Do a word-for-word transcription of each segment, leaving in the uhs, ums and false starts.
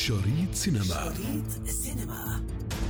شريط سينما. شريط سينما.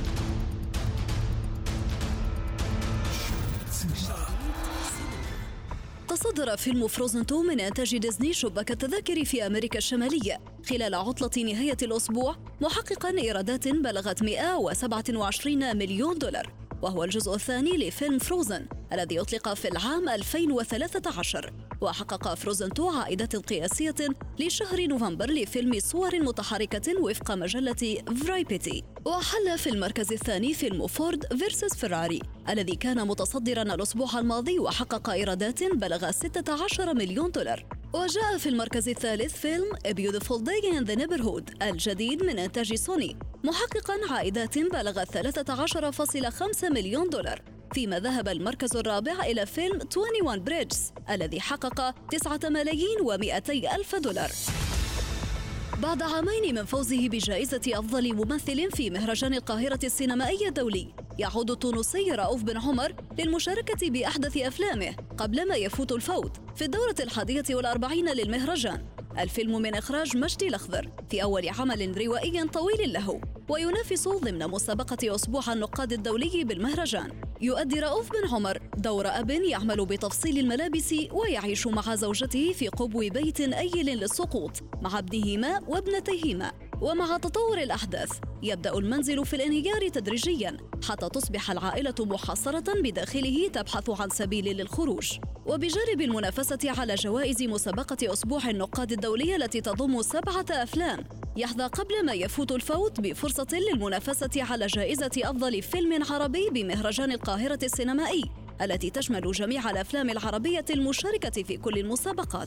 تصدر فيلم فروزن تو من إنتاج ديزني شباك التذاكر في أمريكا الشمالية خلال عطلة نهاية الأسبوع، محققاً إيرادات بلغت مئة وسبعة وعشرين مليون دولار، وهو الجزء الثاني لفيلم فروزن الذي أطلق في العام ألفين وثلاثة عشر. وحقق فروزن تو عائدات قياسية لشهر نوفمبر لفيلم صور متحركة وفق مجلة فرايبيتي. وحل في المركز الثاني فيلم فورد فيرسس فيراري الذي كان متصدراً الأسبوع الماضي وحقق إيرادات بلغ ستة عشر مليون دولار. وجاء في المركز الثالث فيلم A Beautiful Day in the Neighborhood الجديد من إنتاج سوني، محققاً عائدات بلغت ثلاثة عشر فاصلة خمسة مليون دولار. فيما ذهب المركز الرابع إلى فيلم واحد وعشرين بريدجز الذي حقق تسعة ملايين ومئتي ألف دولار. بعد عامين من فوزه بجائزة أفضل ممثل في مهرجان القاهرة السينمائي الدولي، يعود التونسي رؤوف بن عمر للمشاركة بأحدث أفلامه قبل ما يفوت الفوت في الدورة الحادية والأربعين للمهرجان. الفيلم من إخراج مجدي الأخضر في أول عمل روائي طويل له، وينافس ضمن مسابقة أسبوع النقاد الدولي بالمهرجان. يؤدي رؤوف بن عمر دور أب يعمل بتفصيل الملابس ويعيش مع زوجته في قبو بيت أيل للسقوط مع ابنهما وابنتيهما. ومع تطور الأحداث يبدأ المنزل في الانهيار تدريجياً حتى تصبح العائلة محاصرة بداخله تبحث عن سبيل للخروج. وبجانب المنافسة على جوائز مسابقة أسبوع النقاد الدولية التي تضم سبعة أفلام، يحظى قبل ما يفوت الفوت بفرصة للمنافسة على جائزة أفضل فيلم عربي بمهرجان القاهرة السينمائي التي تشمل جميع الأفلام العربية المشاركة في كل المسابقات.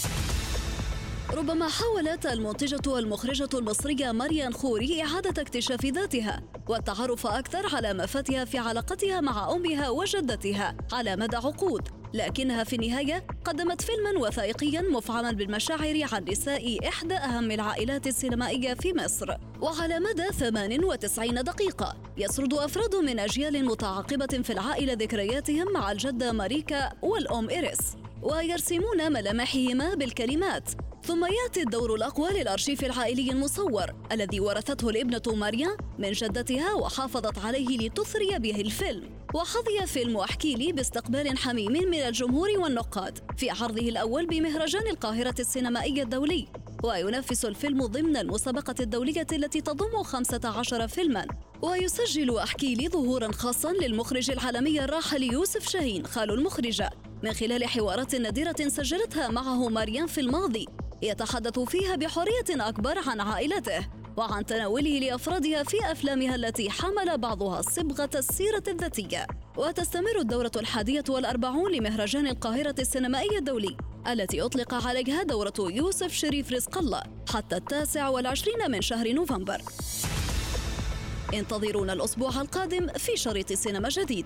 ربما حاولت المنتجة والمخرجة المصرية مريان خوري إعادة اكتشاف ذاتها والتعرف أكثر على ما فاتها في علاقتها مع أمها وجدتها على مدى عقود، لكنها في النهاية قدمت فيلماً وثائقياً مفعماً بالمشاعر عن نساء إحدى أهم العائلات السينمائية في مصر. وعلى مدى ثمان وتسعين دقيقة يسرد أفراد من أجيال متعاقبة في العائلة ذكرياتهم مع الجدة ماريكا والأم إيريس، ويرسمون ملامحهما بالكلمات. ثم يأتي الدور الأقوى للأرشيف العائلي المصور الذي ورثته الابنة ماريا من جدتها وحافظت عليه لتثري به الفيلم. وحظي فيلم أحكي لي باستقبال حميم من الجمهور والنقاد في عرضه الأول بمهرجان القاهرة السينمائي الدولي، وينافس الفيلم ضمن المسابقة الدولية التي تضم خمسة عشر فيلماً. ويسجل أحكي لي ظهوراً خاصاً للمخرج العالمي الراحل يوسف شاهين خال المخرجة من خلال حوارات نادرة سجلتها معه مريم في الماضي، يتحدث فيها بحرية أكبر عن عائلته وعن تناوله لأفرادها في أفلامها التي حمل بعضها صبغة السيرة الذاتية. وتستمر الدورة الحادية والأربعون لمهرجان القاهرة السينمائي الدولي التي أطلق عليها دورة يوسف شريف رزق الله حتى التاسع والعشرين من شهر نوفمبر. انتظرونا الأسبوع القادم في شريط سينما جديد.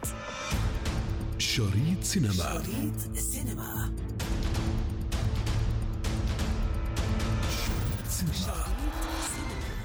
شريط سينما. شريط سينما. سينما.